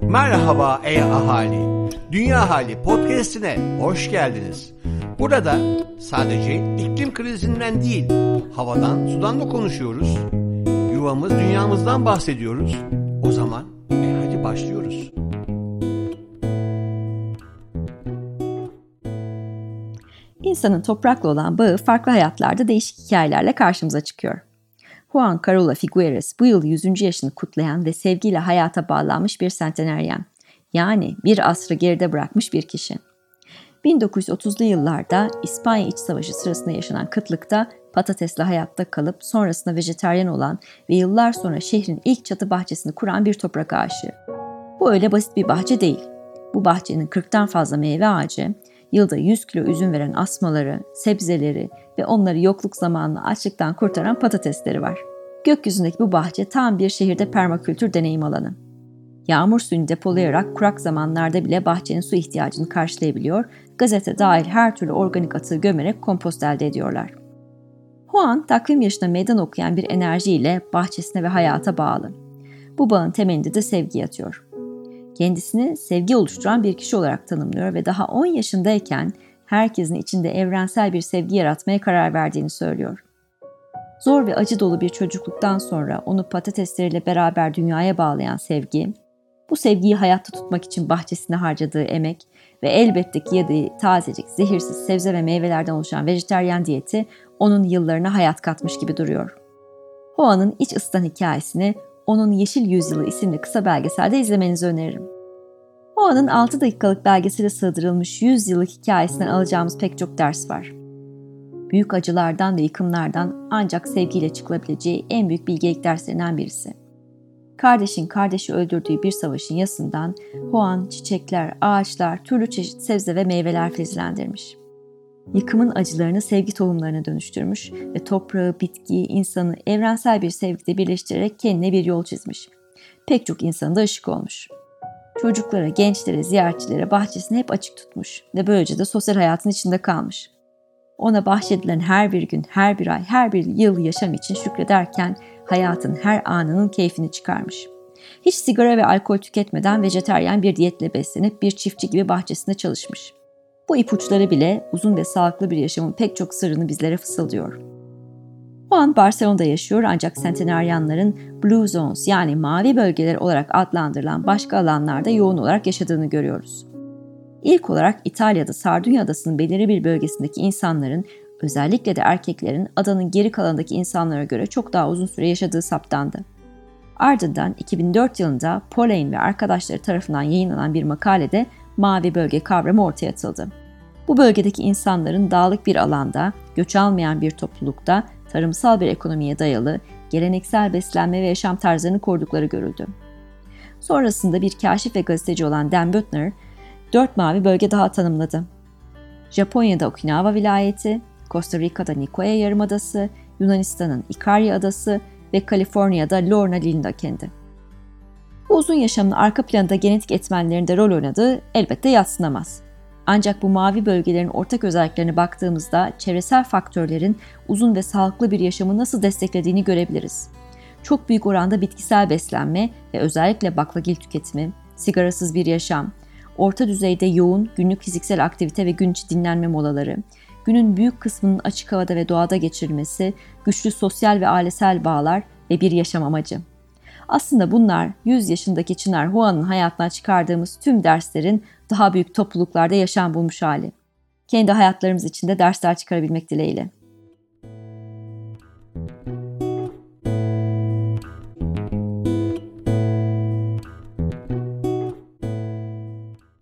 Merhaba ey ahali, Dünya Hali Podcast'ine hoş geldiniz. Burada sadece iklim krizinden değil, havadan, sudan da konuşuyoruz. Yuvamız, dünyamızdan bahsediyoruz. O zaman hadi başlıyoruz. İnsanın toprakla olan bağı farklı hayatlarda değişik hikayelerle karşımıza çıkıyor. Juan Carola Figueres bu yıl 100. yaşını kutlayan ve sevgiyle hayata bağlanmış bir senteneryen, yani bir asrı geride bırakmış bir kişi. 1930'lu yıllarda İspanya İç Savaşı sırasında yaşanan kıtlıkta patatesle hayatta kalıp sonrasında vejetaryen olan ve yıllar sonra şehrin ilk çatı bahçesini kuran bir toprak aşığı. Bu öyle basit bir bahçe değil. Bu bahçenin 40'tan fazla meyve ağacı, yılda 100 kilo üzüm veren asmaları, sebzeleri ve onları yokluk zamanını açlıktan kurtaran patatesleri var. Gökyüzündeki bu bahçe tam bir şehirde permakültür deneyim alanı. Yağmur suyunu depolayarak kurak zamanlarda bile bahçenin su ihtiyacını karşılayabiliyor, gazete dahil her türlü organik atığı gömerek kompost elde ediyorlar. Juan, takvim yaşına meydan okuyan bir enerjiyle bahçesine ve hayata bağlı. Bu bağın temelinde de sevgi yatıyor. Kendisini sevgi oluşturan bir kişi olarak tanımlıyor ve daha 10 yaşındayken herkesin içinde evrensel bir sevgi yaratmaya karar verdiğini söylüyor. Zor ve acı dolu bir çocukluktan sonra onu patatesleriyle beraber dünyaya bağlayan sevgi, bu sevgiyi hayatta tutmak için bahçesine harcadığı emek ve elbette ki yediği tazecik, zehirsiz sebze ve meyvelerden oluşan vejetaryen diyeti onun yıllarına hayat katmış gibi duruyor. Juan'ın iç ısıtan hikayesini Onun Yeşil Yüzyılı isimli kısa belgeselde izlemenizi öneririm. Juan'ın 6 dakikalık belgesele sığdırılmış 100 yıllık hikayesinden alacağımız pek çok ders var. Büyük acılardan ve yıkımlardan ancak sevgiyle çıkılabileceği en büyük bilgelik derslerinden birisi. Kardeşin kardeşi öldürdüğü bir savaşın yasından Juan çiçekler, ağaçlar, türlü çeşit sebze ve meyveler filizlendirmiş. Yıkımın acılarını sevgi tohumlarına dönüştürmüş ve toprağı, bitkiyi, insanı evrensel bir sevgide birleştirerek kendine bir yol çizmiş. Pek çok insana da ışık olmuş. Çocuklara, gençlere, ziyaretçilere bahçesini hep açık tutmuş ve böylece de sosyal hayatın içinde kalmış. Ona bahşedilen her bir gün, her bir ay, her bir yıl yaşam için şükrederken hayatın her anının keyfini çıkarmış. Hiç sigara ve alkol tüketmeden vejetaryen bir diyetle beslenip bir çiftçi gibi bahçesinde çalışmış. Bu ipuçları bile uzun ve sağlıklı bir yaşamın pek çok sırrını bizlere fısıldıyor. Juan Barcelona'da yaşıyor ancak sentenaryanların Blue Zones yani mavi bölgeler olarak adlandırılan başka alanlarda yoğun olarak yaşadığını görüyoruz. İlk olarak İtalya'da Sardunya Adası'nın belirli bir bölgesindeki insanların, özellikle de erkeklerin adanın geri kalanındaki insanlara göre çok daha uzun süre yaşadığı saptandı. Ardından 2004 yılında Pauline ve arkadaşları tarafından yayınlanan bir makalede mavi bölge kavramı ortaya atıldı. Bu bölgedeki insanların dağlık bir alanda, göç almayan bir toplulukta, tarımsal bir ekonomiye dayalı, geleneksel beslenme ve yaşam tarzlarını korudukları görüldü. Sonrasında bir kaşif ve gazeteci olan Dan Buettner, 4 mavi bölge daha tanımladı. Japonya'da Okinawa vilayeti, Costa Rica'da Nicoya Yarımadası, Yunanistan'ın Icaria Adası ve Kaliforniya'da Lorna Linda kendi. Bu uzun yaşamın arka planında genetik etmenlerin de rol oynadığı elbette yadsınamaz. Ancak bu mavi bölgelerin ortak özelliklerine baktığımızda çevresel faktörlerin uzun ve sağlıklı bir yaşamı nasıl desteklediğini görebiliriz. Çok büyük oranda bitkisel beslenme ve özellikle baklagil tüketimi, sigarasız bir yaşam, orta düzeyde yoğun günlük fiziksel aktivite ve gün içi dinlenme molaları, günün büyük kısmının açık havada ve doğada geçirilmesi, güçlü sosyal ve ailesel bağlar ve bir yaşam amacı. Aslında bunlar 100 yaşındaki Çınar Juan'ın hayatından çıkardığımız tüm derslerin daha büyük topluluklarda yaşam bulmuş hali. Kendi hayatlarımız için de dersler çıkarabilmek dileğiyle.